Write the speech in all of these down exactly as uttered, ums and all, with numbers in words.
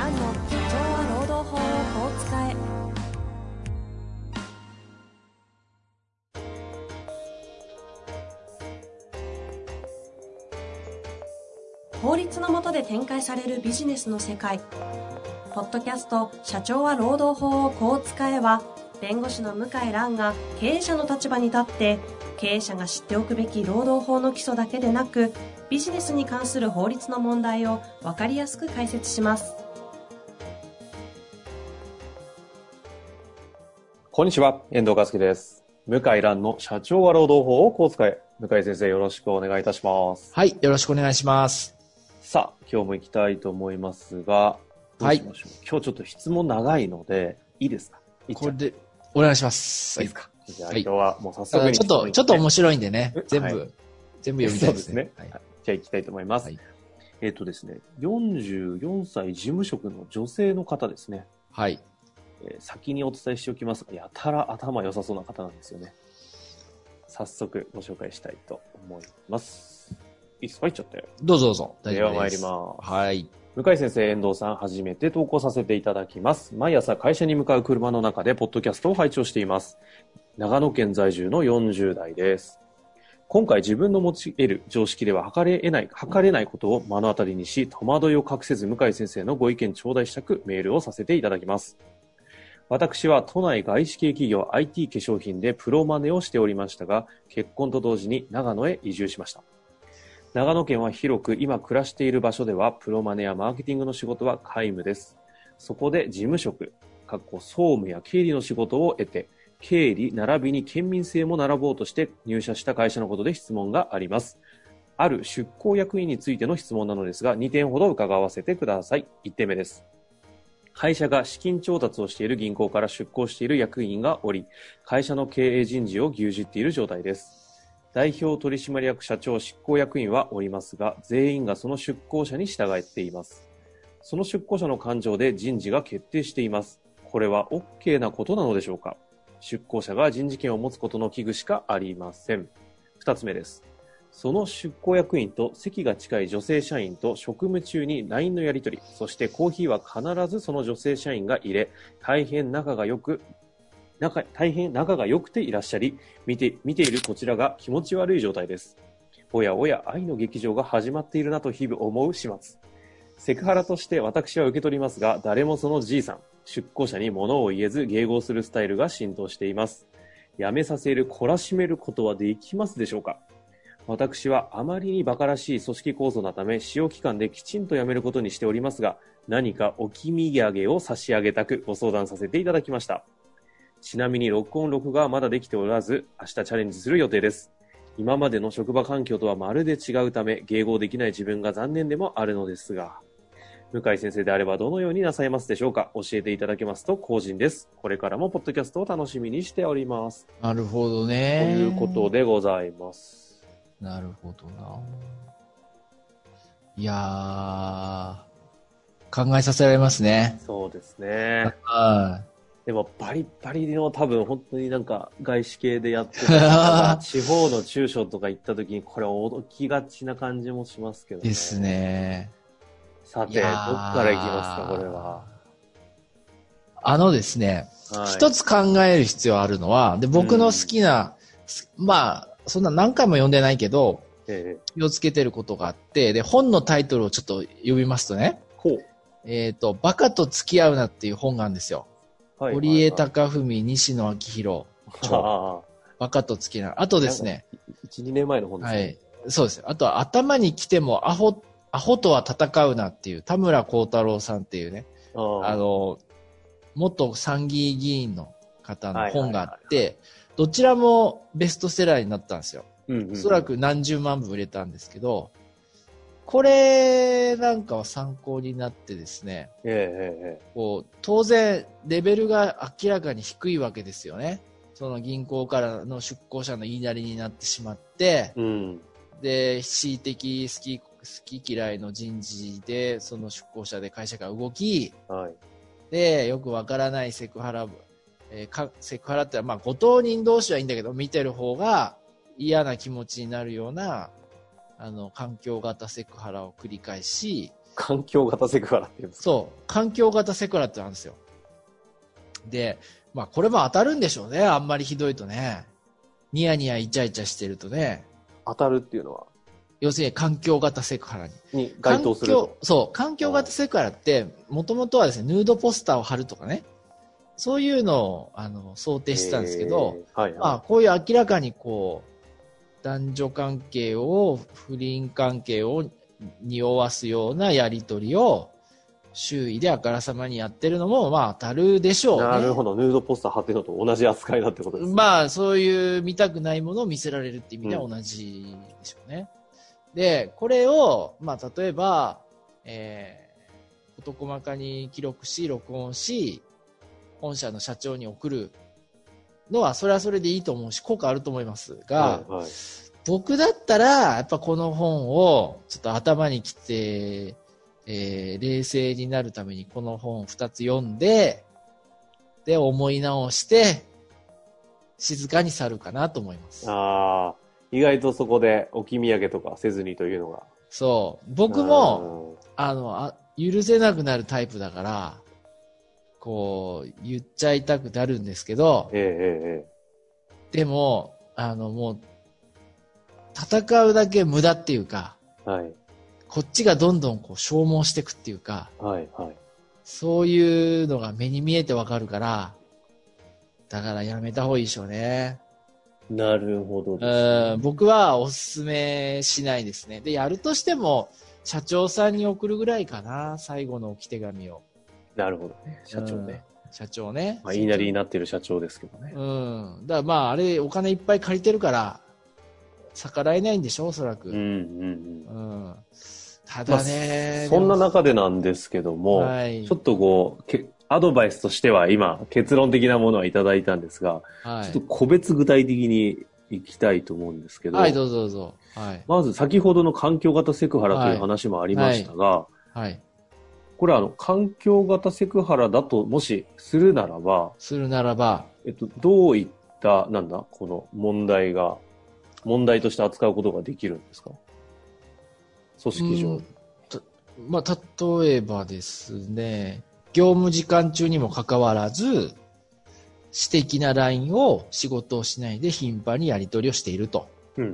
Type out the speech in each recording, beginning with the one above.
蘭の社長は労働法をこう使え。法律の下で展開されるビジネスの世界。ポッドキャスト社長は労働法をこう使えは、弁護士の向井蘭が経営者の立場に立って経営者が知っておくべき労働法の基礎だけでなく、ビジネスに関する法律の問題を分かりやすく解説します。 こんにちは、遠藤和樹です。向井蘭の社長は労働法をこう使え。向井先生、よろしくお願いいたします。 はい、よろしくお願いします。 さあ、今日も行きたいと思いますが、どうしましょう。はい、今日ちょっと質問長いので、いいですか？ これでお願いします。 いいですか？じゃあ今日はもう早速に、 ちょっと、ちょっと面白いんでね、全部、はい、全部読みたいですね。 そうですね。はい、じゃあ行きたいと思います。はい、えっとですね、よんじゅうよんさい事務職の女性の方ですね。 はい。 えー、先にお伝えしておきますが、やたら頭良さそうな方なんですよね。早速ご紹介したいと思います。いいですか？入っちゃって。 どうぞどうぞ。大丈夫です。 では参ります。 はい。 向井先生、遠藤さん、初めて投稿させていただきます。毎朝会社に向かう車の中でポッドキャストを拝聴しています。長野県在住のよんじゅう代です。今回自分の持ち得る常識では測れ得ない、測れないことを目の当たりにし、戸惑いを隠せず向井先生のご意見頂戴したくメールをさせていただきます。私は都内外資系企業 アイティー 化粧品でプロマネをしておりましたが、結婚と同時に長野へ移住しました。長野県は広く今暮らしている場所ではプロマネやマーケティングの仕事は皆無です。そこで事務職、総務や経理の仕事を得て、経理並びに県民性も並ぼうとして入社した会社のことで質問があります。ある出向役員についての質問なのですが、にてんほど伺わせてください。いってんめです。会社が資金調達をしている銀行から出向している役員がおり、会社の経営人事を牛耳っている状態です。代表取締役社長執行役員はおりますが、全員がその出向者に従っています。その出向者の勘定で人事が決定しています。これは OK なことなのでしょうか？出向者が人事権を持つことの危惧しかありません。二つ目です。その出向役員と席が近い女性社員と職務中に ライン のやり取り、そしてコーヒーは必ずその女性社員が入れ、大変仲が良く、仲大変仲が良くていらっしゃり、見て、見ているこちらが気持ち悪い状態です。おやおや、愛の劇場が始まっているなと日々思う始末。セクハラとして私は受け取りますが、誰もそのじいさん、出向者に物を言えず迎合するスタイルが浸透しています。やめさせる、懲らしめることはできますでしょうか？私はあまりに馬鹿らしい組織構造なため、使用期間できちんとやめることにしておりますが、何かお気土産を差し上げたくご相談させていただきました。ちなみに録音録画はまだできておらず、明日チャレンジする予定です。今までの職場環境とはまるで違うため、迎合できない自分が残念でもあるのですが、向井先生であればどのようになさいますでしょうか？教えていただけますと幸甚です。これからもポッドキャストを楽しみにしております。 なるほどね。 ということでございます。 なるほどな。いやー、考えさせられますね。 そうですね。 はい。 でもバリバリの多分本当になんか外資系でやってた地方の中小とか行った時にこれ驚きがちな感じもしますけどね。 ですね。 さて、どっからいきますか、これは。 あのですね、 はい、 一つ考える必要あるのは、で、僕の好きな、うん、まあ、そんな何回も読んでないけど、ええ、気をつけてることがあって、で、本のタイトルをちょっと呼びますとね、 ほう。 えっと、バカと付き合うなっていう本があるんですよ。はい、堀江貴文、西野昭弘著。バカと付き合う。あとですね。 いち、にねんまえの本ですね。はい。 そうです。あとは頭に来てもアホ、アホとは戦うなっていう、田村幸太郎さんっていうね、あ, あの、元参議院議員の方の本があって、はいはいはいはい、どちらもベストセラーになったんですよ。うんうんうん、おそらく何十万部売れたんですけど、これなんかは参考になってですね、 ええええ、 こう当然レベルが明らかに低いわけですよね。その銀行からの出向者の言いなりになってしまって、うん、で、恣意的好き、好き嫌いの人事でその出向者で会社が動き、はい、で、よくわからないセクハラ、えー、かセクハラってまあご当人同士はいいんだけど見てる方が嫌な気持ちになるようなあの環境型セクハラを繰り返し、 環境型セクハラって言うんですか？ そう。環境型セクハラってなんですよ。で、まあこれも当たるんでしょうね。あんまりひどいとね。ニヤニヤイチャイチャしてるとね。 当たるっていうのは要するに環境型セクハラに。 に該当すると。 そう。環境型セクハラって、もともとはですね、ヌードポスターを貼るとかね。そういうのを、あの、想定してたんですけど、 はいはい、 まあこういう明らかにこう、男女関係を、不倫関係を匂わすようなやりとりを、周囲であからさまにやってるのも、まあ当たるでしょうね。 なるほど。ヌードポスター貼ってるのと同じ扱いだってことですね。 まあそういう見たくないものを見せられるっていう意味では同じでしょうね。うん、で、これを、まあ例えば、えー、事細かに記録し、録音し、本社の社長に送るのは、それはそれでいいと思うし、効果あると思いますが、はいはい、僕だったら、やっぱこの本をちょっと頭にきて、えー、冷静になるためにこの本をふたつ読んで、で、思い直して、静かに去るかなと思います。 ああ、意外とそこで置き土産とかせずにというのが。 そう。僕も、あのあ、許せなくなるタイプだから、こう、言っちゃいたくなるんですけど、 ええええ、 でも、あの、もう、戦うだけ無駄っていうか、 はい。 こっちがどんどんこう消耗していくっていうか、 はいはい、 そういうのが目に見えてわかるから、だからやめた方がいいでしょうね。 なるほどですね、 うん、僕はお勧めしないですね。で、やるとしても、社長さんに送るぐらいかな、最後の置き手紙を。 なるほどね、社長ね。 うん、社長ね。 まあ、言いなりになってる社長ですけどね。 うん。だからまあ、あれ、お金いっぱい借りてるから、逆らえないんでしょ、おそらく。うんうんうん。うんただね、 まあ、そんな中でなんですけども、はい、ちょっとこうけアドバイスとしては今結論的なものはいただいたんですが、はい、ちょっと個別具体的にいきたいと思うんですけど、 はい、どうぞどうぞ。はい、 まず先ほどの環境型セクハラという話もありましたが、はいはい、これはあの環境型セクハラだともしするならば、 するならば、 えっとどういったなんだこの問題が問題として扱うことができるんですか？組織上。 まあ、例えばですね、業務時間中にもかかわらず、私的な ライン を仕事をしないで頻繁にやり取りをしていると。 うんうん。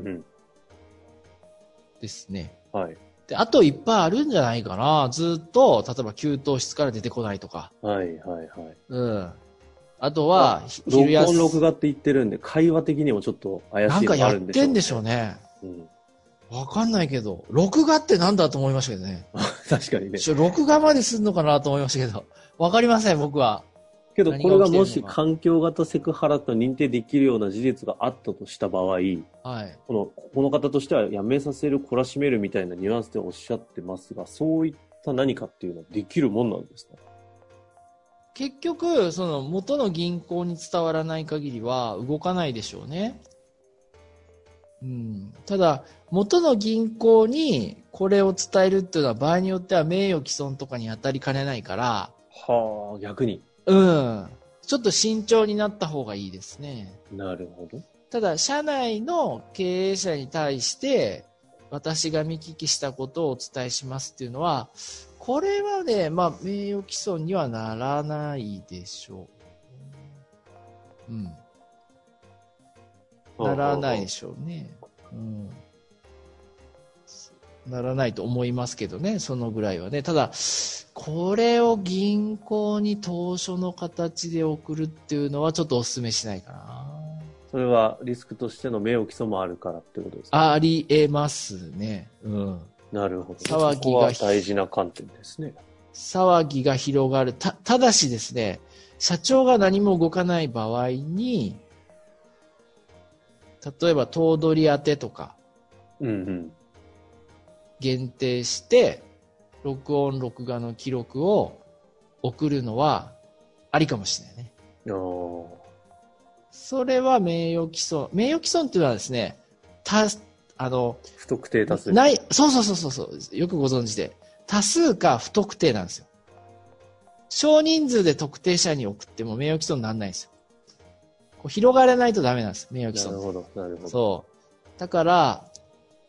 ですね。 はい。 で、あといっぱいあるんじゃないかな。ずっと、例えば給湯室から出てこないとか。 はいはいはい。 うん。あとは、 昼休み。録音録画って言ってるんで、会話的にもちょっと怪しいのがあるんでしょうね。なんかやってんでしょうね。 うん。 わかんないけど、録画ってなんだと思いましたけどね。 確かにね。 録画まですんのかなと思いましたけど、わかりません、僕は。 けど、これがもし環境型セクハラと認定できるような事実があったとした場合、はい、この、この方としてはやめさせる、懲らしめるみたいなニュアンスでおっしゃってますが、そういった何かっていうのはできるもんなんですか？ 結局、その元の銀行に伝わらない限りは動かないでしょうね。うん、ただ、元の銀行にこれを伝えるっていうのは場合によっては名誉毀損とかに当たりかねないから。 はあ、逆に。 うん。ちょっと慎重になった方がいいですね。 なるほど。 ただ、社内の経営者に対して私が見聞きしたことをお伝えしますっていうのは、これはね、まあ、名誉毀損にはならないでしょう。うん。ならないでしょうね。うん。ならないと思いますけどね、そのぐらいはね。ただ、これを銀行に当初の形で送るっていうのはちょっとお勧めしないかな。 それはリスクとしての名誉毀損もあるからってことですか？ ありえますね。うん。 なるほど。 騒ぎが大事な観点ですね。 騒ぎが広がる。た、ただしですね、社長が何も動かない場合に、例えば頭取り当てとか、 うんうん、 限定して、録音、録画の記録を送るのはありかもしれないね。それは名誉毀損。名誉毀損っていうのはですね、た、あの、 不特定多数。 ない、そうそうそうそう、よくご存知で。多数か不特定なんですよ。少人数で特定者に送っても名誉毀損にならないんですよ。こう広がらないとダメなんです、名誉毀損。 なるほど、なるほど。 そう。だから、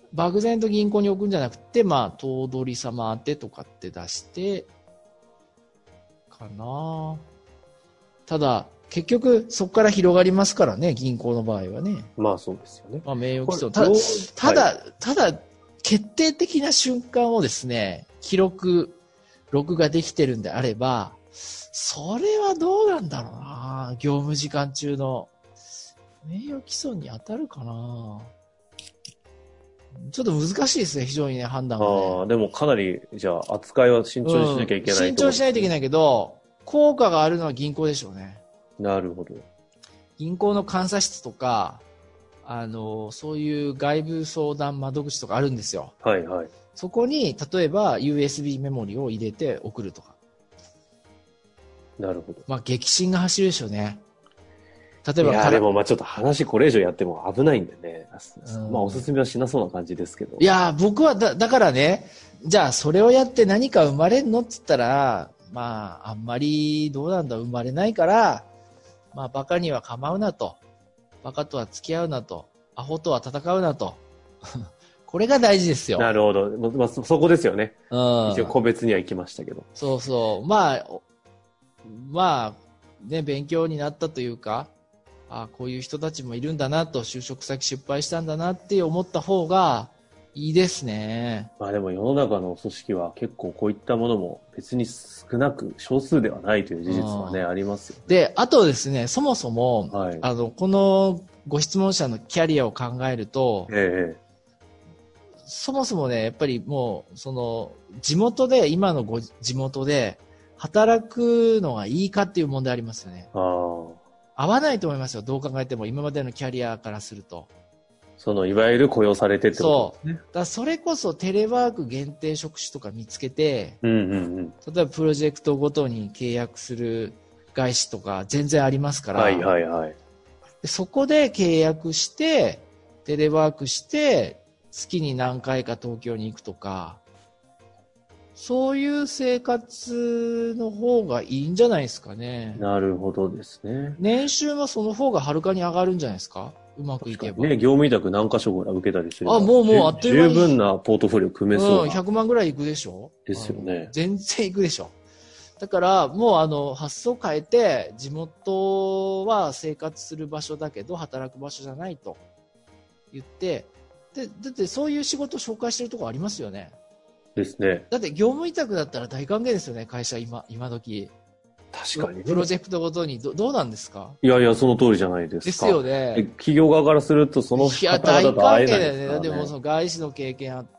漠然と銀行に置くんじゃなくて、まあ、頭取様宛てとかって出して、かな。ただ、結局、そこから広がりますからね、銀行の場合はね。 まあそうですよね。 まあ、名誉毀損。ただ、ただ、はい、ただ、決定的な瞬間をですね、記録、録画できてるんであれば、それはどうなんだろうな。業務時間中の名誉毀損に当たるかな。ちょっと難しいですね、非常にね、判断が、ね。 ああ、でもかなり、じゃあ、扱いは慎重にしなきゃいけない、 うん、慎重にしないといけないけど、効果があるのは銀行でしょうね。 なるほど。 銀行の監査室とか、あの、そういう外部相談窓口とかあるんですよ。 はいはい。 そこに、例えば ユーエスビー メモリを入れて送るとか。 なるほど。 まあ、激震が走るでしょうね。例えば、 いやでもまあちょっと話これ以上やっても危ないんでね。うん、まあおすすめはしなそうな感じですけど。 いや僕はだ、だからね、じゃあそれをやって何か生まれんのって言ったら、まああんまりどうなんだ生まれないから、まあバカには構うなと。バカとは付き合うなと。アホとは戦うなと。これが大事ですよ。 なるほど。まあそ、そこですよね。 うん。 一応個別には行きましたけど。 そうそう。まあ、まあ、ね、勉強になったというか、あこういう人たちもいるんだなと、就職先失敗したんだなって思った方がいいですね。 まあでも世の中の組織は結構こういったものも別に少なく少数ではないという事実はね、ありますよね。 で、あとですね、そもそも、 はい、 あの、このご質問者のキャリアを考えると、 ええ、 そもそもね、やっぱりもう、その、地元で、今のご地元で働くのがいいかっていう問題ありますよね。 ああ。 合わないと思いますよ。どう考えても今までのキャリアからすると。 そのいわゆる雇用されてってことですね。 そう。だからそれこそテレワーク限定職種とか見つけて、 うんうんうん、 例えばプロジェクトごとに契約する外資とか全然ありますから、 はいはいはい、 でそこで契約してテレワークして月に何回か東京に行くとか、そういう生活の方がいいんじゃないですかね。 なるほどですね。 年収はその方がはるかに上がるんじゃないですか。うまくいけば。 ね、業務委託何箇所ぐらい受けたりする。 あ、もうもうあっという間に。 十分なポートフォリオ組めそうな。 うん、ひゃくまんぐらいいくでしょ。 ですよね。 全然いくでしょ。だからもうあの発想変えて、地元は生活する場所だけど働く場所じゃないと言って、で、だってそういう仕事紹介してるところありますよね。 ですね。 だって業務委託だったら大歓迎ですよね、会社今、今時。 確かに、ね。 プロジェクトごとにど、どうなんですか？ いやいや、その通りじゃないですか。 ですよね。 企業側からすると、その方々と会えないですからね。いや、大歓迎だよね。だってもうその外資の経験あって、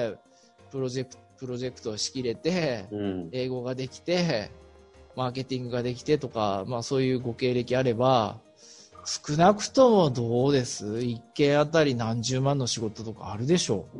プロジェクト、プロジェクトを仕切れて、うん、英語ができて、マーケティングができてとか、まあそういうご経歴あれば、少なくともどうです一件あたり何十万の仕事とかあるでしょう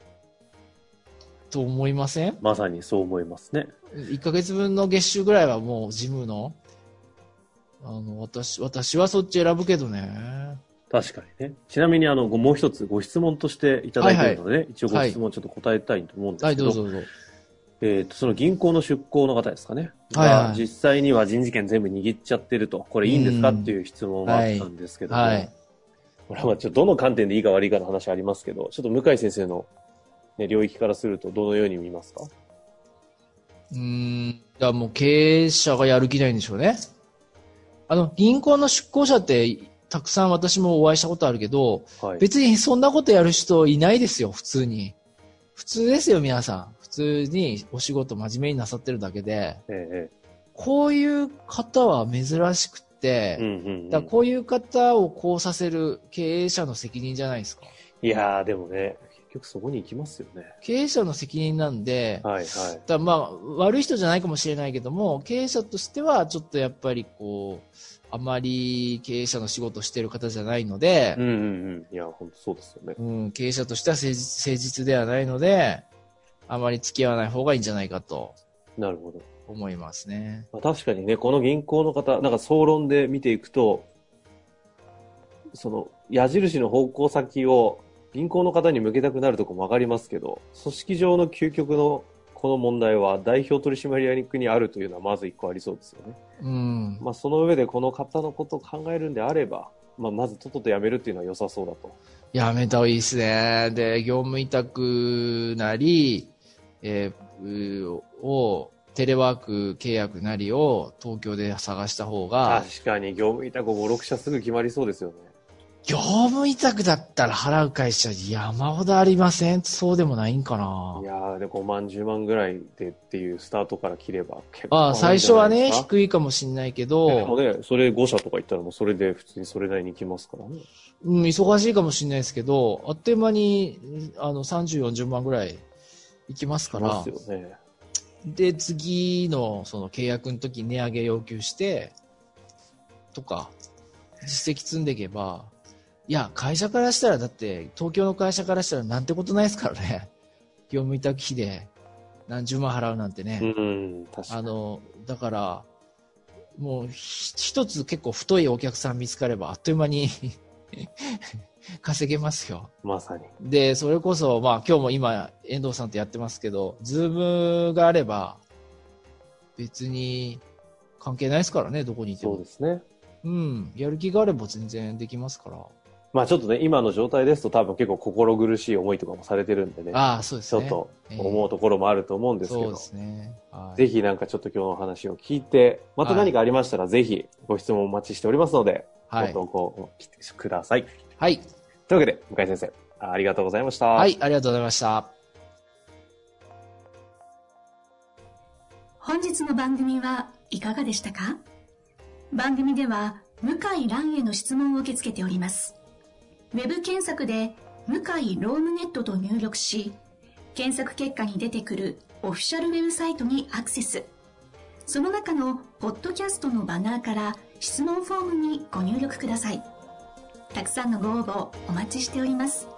と思いません？ まさにそう思いますね。 いっかげつぶんの月収ぐらいはもう事務の、あの、私、私はそっち選ぶけどね。 確かにね。ちなみにあの、もう一つご質問としていただいているので、ね、はいはい、一応ご質問ちょっと答えたいと思うんですけど。はい、どうぞどうぞ。えっと、その銀行の出向の方ですかね。はいはい、実際には人事権全部握っちゃってると、これいいんですかっていう質問があったんですけども、はいはい、これはちょっとどの観点でいいか悪いかの話ありますけど、ちょっと向井先生の、ね、領域からするとどのように見ますか？ うーん、いやもう経営者がやる気ないんでしょうね。あの、銀行の出向者ってたくさん私もお会いしたことあるけど、はい、別にそんなことやる人いないですよ、普通に。普通ですよ、皆さん。普通にお仕事真面目になさってるだけで、ええ、こういう方は珍しくて、うんうんうん、だからこういう方をこうさせる経営者の責任じゃないですか。 いやー、でもね、結局そこに行きますよね。 経営者の責任なんで、はいはい、だまあ悪い人じゃないかもしれないけども、経営者としてはちょっとやっぱりこう、あまり経営者の仕事をしている方じゃないので、 うんうんうん、いや本当そうですよね。 うん、経営者としては誠実、誠実ではないので、あまり付き合わない方がいいんじゃないかと。 なるほど。 思いますね。 まあ、確かにね、この銀行の方、なんか総論で見ていくと、その矢印の方向先を銀行の方に向けたくなるところもわかりますけど、組織上の究極のこの問題は代表取締役にあるというのはまず一個ありそうですよね。うん。まあその上でこの方のことを考えるんであれば、 まあ、まずとっとと辞めるっていうのは良さそうだと。 やめた方がいいですね。で、業務委託なり、えー、を、テレワーク契約なりを東京で探した方が。 確かに業務委託ご、ろく社すぐ決まりそうですよね。 業務委託だったら払う会社山ほどありません？そうでもないんかな。 いやー、でごまん、じゅうまんぐらいでっていうスタートから切れば結構。 ああ、最初はね、低いかもしんないけど。 でもね、それご社とか言ったらもうそれで普通にそれなりに来ますからね。 うん、忙しいかもしんないですけど、あっという間に、あの、さんじゅう、よんじゅうまんぐらいいきますから。 ますよね。 で、次のその契約の時に値上げ要求して、とか、実績積んでいけば、いや、会社からしたら、だって、東京の会社からしたらなんてことないですからね。業務委託費で何十万払うなんてね。 うん、確かに。 あの、だから、もう、一つ結構太いお客さん見つかれば、あっという間に稼げますよ。 まさに。 で、それこそ、まあ今日も今、遠藤さんとやってますけど、ズームがあれば、別に関係ないですからね、どこにいても。 そうですね。 うん。やる気があれば全然できますから。 まあちょっとね、今の状態ですと多分結構心苦しい思いとかもされてるんでね。 ああ、そうですね。 ちょっと思うところもあると思うんですけど。 そうですね。はい、 ぜひなんかちょっと今日の話を聞いて、また何かありましたらぜひご質問お待ちしておりますので、はい、ご投稿ください。 はい。 というわけで、向井先生、ありがとうございました。 はい、ありがとうございました。 本日の番組はいかがでしたか？番組では向井蘭への質問を受け付けております。ウェブ検索で向井ロームネットと入力し、検索結果に出てくるオフィシャルウェブサイトにアクセス。その中のポッドキャストのバナーから質問フォームにご入力ください。たくさんのご応募お待ちしております。